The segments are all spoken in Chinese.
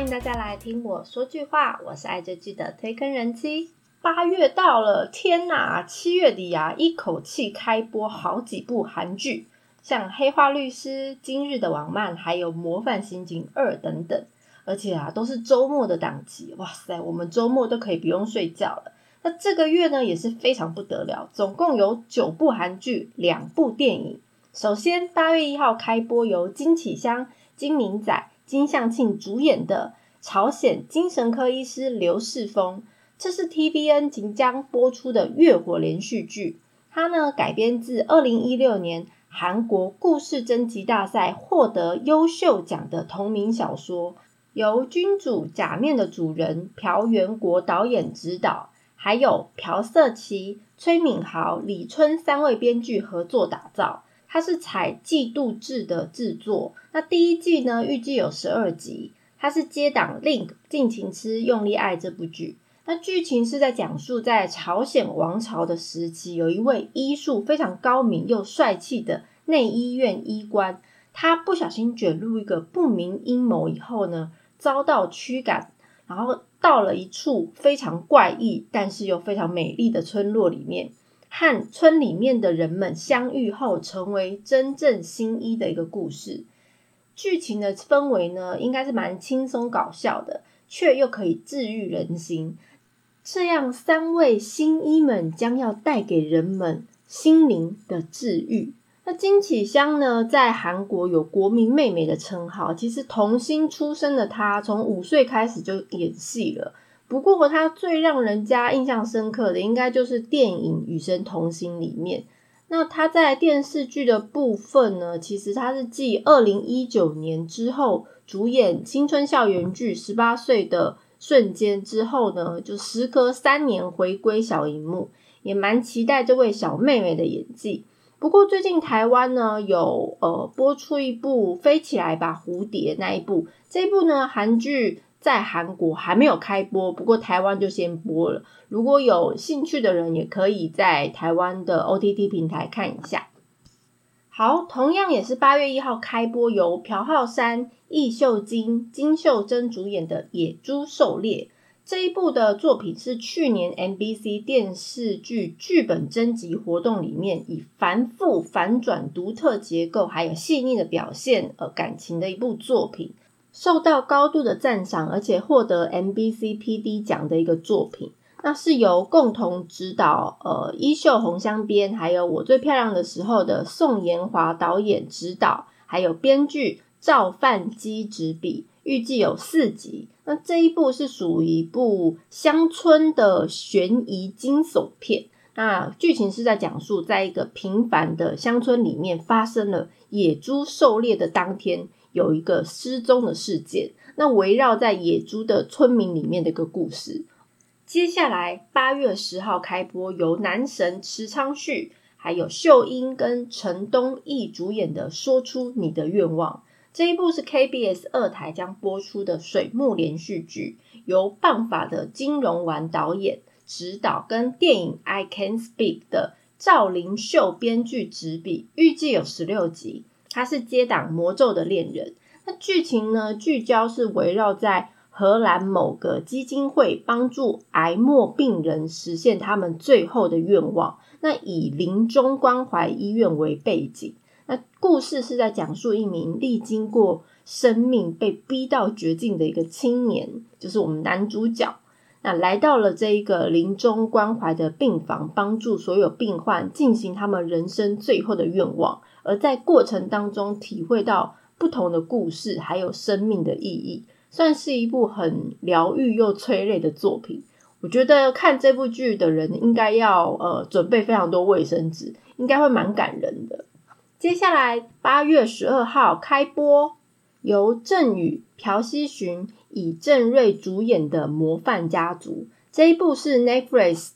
大家来听我说句话，我是爱追剧的推坑人妻。8月到了，天哪，7月底啊，一口气开播好几部韩剧，像黑化律师、今日的网漫，还有模范刑警2等等，而且啊都是周末的档期，哇塞，我们周末都可以不用睡觉了。那这个月呢也是非常不得了，总共有9部韩剧，2部电影。首先8月1号开播由金启湘、金敏宰、金相庆主演的朝鲜精神科医师刘世峰，这是 TVN 即将播出的月火连续剧。它呢改编自2016年韩国故事征集大赛获得优秀奖的同名小说，由君主假面的主人朴元国导演执导，还有朴瑟琪、崔敏豪、李春3位编剧合作打造。它是采季度制的制作，那第1季呢预计有12集，它是接档 Link 尽情吃用力爱这部剧。那剧情是在讲述在朝鲜王朝的时期，有一位医术非常高明又帅气的内医院医官，他不小心卷入一个不明阴谋以后呢，遭到驱赶，然后到了一处非常怪异但是又非常美丽的村落里面，和村里面的人们相遇后成为真正新医的一个故事。剧情的氛围呢应该是蛮轻松搞笑的，却又可以治愈人心。这样3位新医们将要带给人们心灵的治愈。那金启湘呢在韩国有国民妹妹的称号，其实童星出身的她从5岁开始就演戏了，不过他最让人家印象深刻的应该就是电影《与神同行》里面。那他在电视剧的部分呢，其实他是继2019年之后主演青春校园剧18岁的瞬间之后呢，就时隔3年回归小荧幕，也蛮期待这位小妹妹的演技。不过最近台湾呢有播出一部飞起来吧蝴蝶那一部，这一部呢韩剧在韩国还没有开播，不过台湾就先播了，如果有兴趣的人也可以在台湾的 OTT 平台看一下。好，同样也是8月1号开播，由朴浩山、易秀晶、金秀珍主演的《野猪狩猎》。这一部的作品是去年 MBC 电视剧剧本征集活动里面以繁复反转、独特结构还有细腻的表现感情的一部作品，受到高度的赞赏，而且获得 MBC PD 奖的一个作品。那是由共同指导衣袖红香编，还有我最漂亮的时候的宋延华导演指导，还有编剧赵范基执笔，预计有4集。那这一部是属于一部乡村的悬疑惊悚片，那剧情是在讲述在一个平凡的乡村里面发生了野猪狩猎的当天有一个失踪的事件，那围绕在野猪的村民里面的一个故事。接下来8月10号开播，由男神池昌旭还有秀英跟陈东义主演的说出你的愿望。这一部是 KBS 2台将播出的水木连续剧，由棒法的金荣丸导演指导，跟电影 I Can Speak 的赵灵秀编剧执笔，预计有16集。它是接档魔咒的恋人。那剧情呢聚焦是围绕在荷兰某个基金会帮助癌末病人实现他们最后的愿望，那以临终关怀医院为背景。那故事是在讲述一名历经过生命被逼到绝境的一个青年，就是我们男主角，那来到了这一个临终关怀的病房，帮助所有病患进行他们人生最后的愿望，而在过程当中体会到不同的故事还有生命的意义，算是一部很疗愈又催泪的作品。我觉得看这部剧的人应该要准备非常多卫生纸，应该会蛮感人的。接下来8月12号开播，由郑宇、朴熙勋、以正瑞主演的《模范家族》。这一部是 Netflix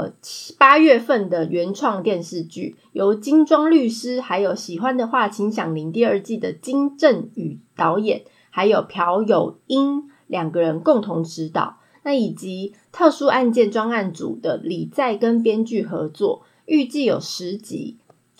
8月份的原创电视剧，由金庄律师还有喜欢的话请响铃第2季的金正宇导演，还有朴有英2个人共同指导，那以及特殊案件专案组的李在跟编剧合作，预计有10集。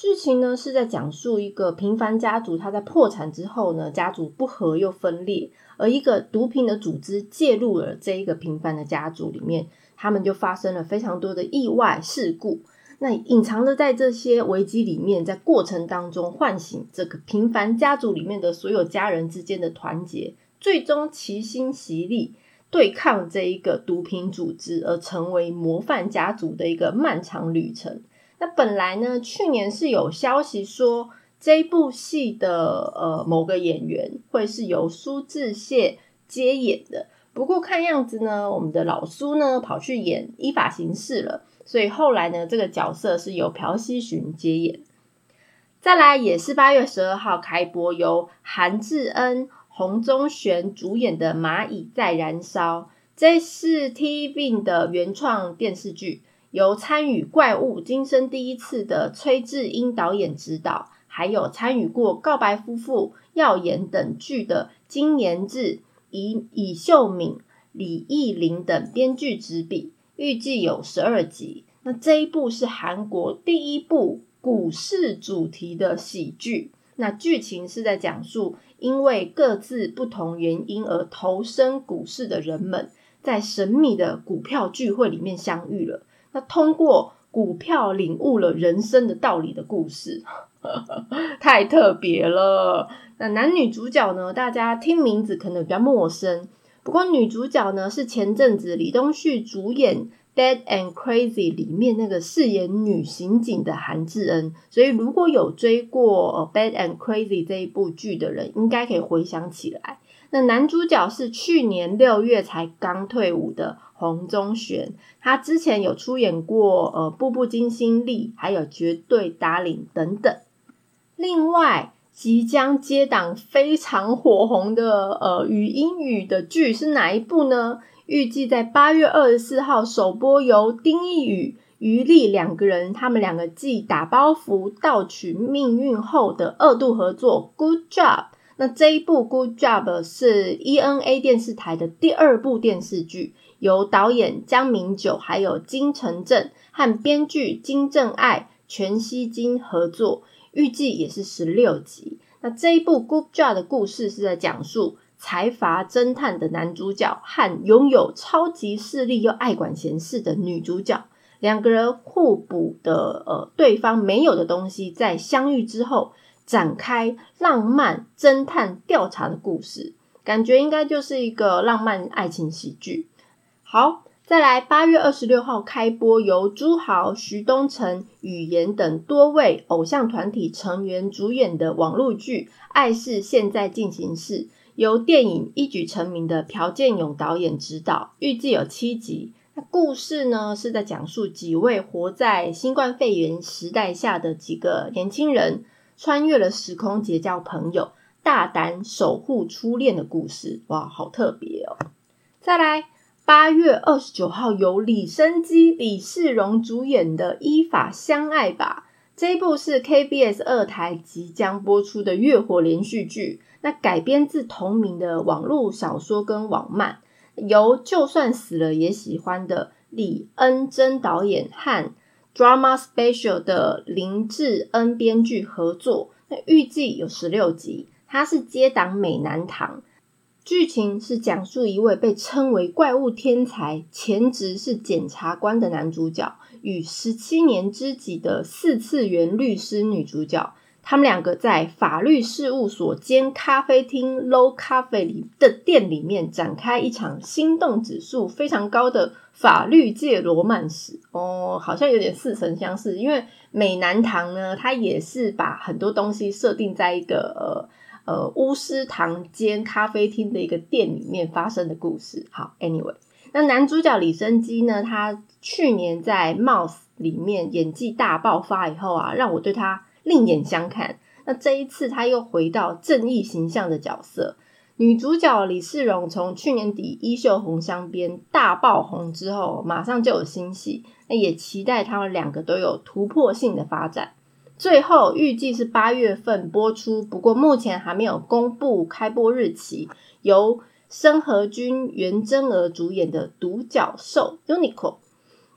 剧情呢是在讲述一个平凡家族，他在破产之后呢，家族不和又分裂，而一个毒品的组织介入了这一个平凡的家族里面，他们就发生了非常多的意外事故。那隐藏的在这些危机里面，在过程当中唤醒这个平凡家族里面的所有家人之间的团结，最终齐心协力对抗这一个毒品组织，而成为模范家族的一个漫长旅程。那本来呢，去年是有消息说这一部戏的某个演员会是由苏志燮接演的，不过看样子呢，我们的老苏呢跑去演依法行事了，所以后来呢，这个角色是由朴熙勋接演。再来也是8月12号开播，由韩智恩、洪宗玄主演的《蚂蚁在燃烧》，这是 TVB 的原创电视剧，由参与《怪物今生第一次》的崔智英导演执导，还有参与过《告白夫妇》、《耀眼》等剧的金延志、尹秀敏、李艺玲等编剧执笔，预计有12集。那这一部是韩国第一部股市主题的喜剧，那剧情是在讲述因为各自不同原因而投身股市的人们，在神秘的股票聚会里面相遇了，那通过股票领悟了人生的道理的故事太特别了。那男女主角呢，大家听名字可能比较陌生，不过女主角呢是前阵子李东旭主演Dead and Crazy 里面那个饰演女刑警的韩智恩，所以如果有追过Dead and Crazy 这一部剧的人，应该可以回想起来。那男主角是去年6月才刚退伍的洪宗玄，他之前有出演过步步惊心力，还有绝对达领等等。另外即将接档非常火红的语音语的剧是哪一部呢？预计在8月24号首播，由丁义宇、于丽两个人，他们两个继打包服盗取命运后的2度合作 Good Job。 那这一部 Good Job 是 ENA 电视台的第2部电视剧，由导演江明九还有金承正和编剧金正爱、全熙金合作，预计也是16集。那这一部 Good Job 的故事是在讲述财阀侦探的男主角和拥有超级势力又爱管闲事的女主角，两个人互补的对方没有的东西，在相遇之后展开浪漫侦探调查的故事，感觉应该就是一个浪漫爱情喜剧。好，再来8月26号开播，由朱豪、徐东城、语言等多位偶像团体成员主演的网络剧《爱是现在进行式》，由电影一举成名的朴建勇导演执导，预计有7集。那故事呢是在讲述几位活在新冠肺炎时代下的几个年轻人，穿越了时空结交朋友，大胆守护初恋的故事。哇，好特别哦！再来8月29号由李昇基、李世荣主演的《依法相爱吧》，这一部是 KBS 2台即将播出的月火连续剧，那改编自同名的网络小说跟网漫，由就算死了也喜欢的李恩珍导演和 Drama Special 的林志恩编剧合作，那预计有16集，它是接档美男堂。剧情是讲述一位被称为怪物天才、前职是检察官的男主角与17年知己的4次元律师女主角，他们两个在法律事务所兼咖啡厅 Low 咖啡里的店里面展开一场心动指数非常高的法律界罗曼史。好像有点似曾相识，因为美男堂呢，它也是把很多东西设定在一个巫师堂兼咖啡厅的一个店里面发生的故事。好 anyway， 那男主角李昇基呢，他去年在 Mouse 里面演技大爆发以后啊，让我对他另眼相看。那这一次他又回到正义形象的角色，女主角李世荣从去年底衣袖红镶边大爆红之后，马上就有新戏，也期待他们两个都有突破性的发展。最后预计是8月份播出，不过目前还没有公布开播日期，由申河均、袁真娥主演的独角兽 Unicorn。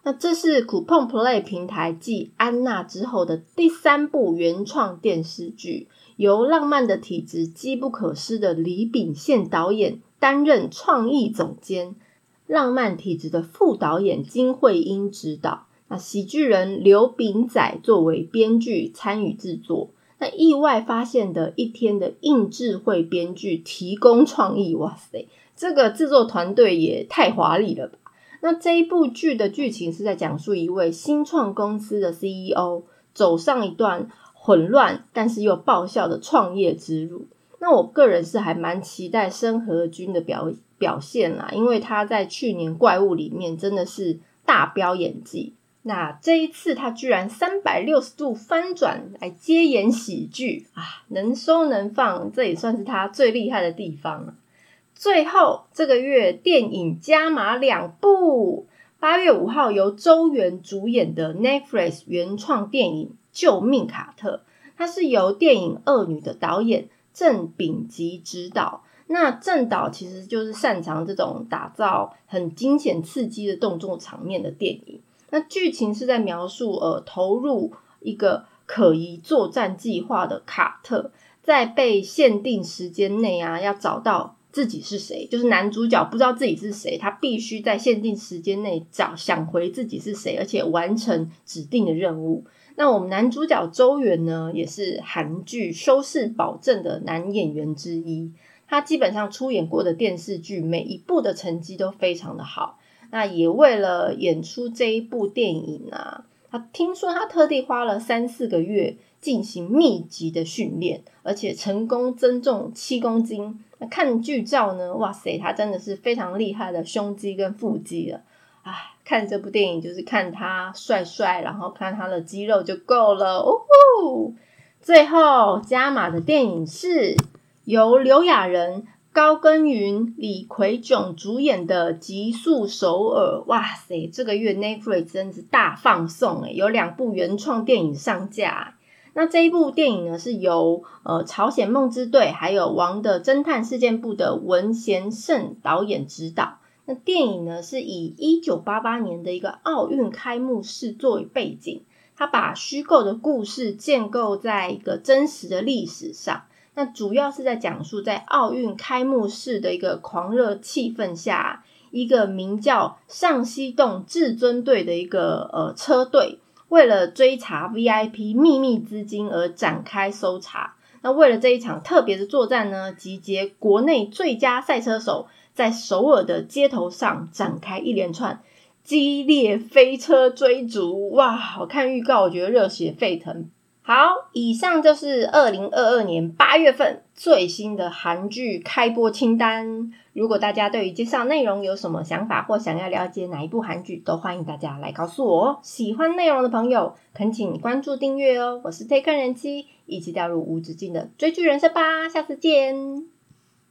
那这是 Coupon Play 平台继安娜之后的第3部原创电视剧，由浪漫的体质机不可失的李秉宪导演担任创意总监，浪漫体质的副导演金惠英执导，那喜剧人刘秉宰作为编剧参与制作，那意外发现的一天的硬智慧编剧提供创意，哇塞，这个制作团队也太华丽了吧。那这一部剧的剧情是在讲述一位新创公司的 CEO 走上一段混乱但是又爆笑的创业之路。那我个人是还蛮期待申河均的表现啦，因为他在去年怪物里面真的是大飙演技。那这一次他居然360度翻转来接演喜剧啊，能收能放，这也算是他最厉害的地方了。最后这个月电影加码2部，8月5号由周元主演的 Netflix 原创电影《救命卡特》，它是由电影《恶女》的导演郑秉吉执导。那郑导其实就是擅长这种打造很惊险刺激的动作场面的电影。那剧情是在描述投入一个可疑作战计划的卡特，在被限定时间内要找到自己是谁，就是男主角不知道自己是谁，他必须在限定时间内想回自己是谁，而且完成指定的任务。那我们男主角周元呢，也是韩剧收视保证的男演员之一，他基本上出演过的电视剧每一部的成绩都非常的好。那也为了演出这一部电影听说他特地花了3-4个月进行密集的训练，而且成功增重7公斤。那看剧照呢，哇塞，他真的是非常厉害的胸肌跟腹肌了。看这部电影就是看他帅帅，然后看他的肌肉就够了。最后加码的电影是由刘亚仁、高耕耘、李奎炯主演的《极速首尔》。哇塞，这个月 Netflix 真是大放送有2部原创电影上架。那这一部电影呢，是由朝鲜梦之队还有王的侦探事件部的文贤胜导演执导。那电影呢，是以1988年的一个奥运开幕式作为背景，它把虚构的故事建构在一个真实的历史上。那主要是在讲述在奥运开幕式的一个狂热气氛下，一个名叫上西洞至尊队的一个车队，为了追查 VIP 秘密资金而展开搜查。那为了这一场特别的作战呢，集结国内最佳赛车手，在首尔的街头上展开一连串激烈飞车追逐。哇，我看预告我觉得热血沸腾。好，以上就是2022年8月份最新的韩剧开播清单。如果大家对于介绍内容有什么想法，或想要了解哪一部韩剧，都欢迎大家来告诉我哦。喜欢内容的朋友恳请关注订阅哦。我是推坑人妻，一起掉入无止境的追剧人生吧，下次见。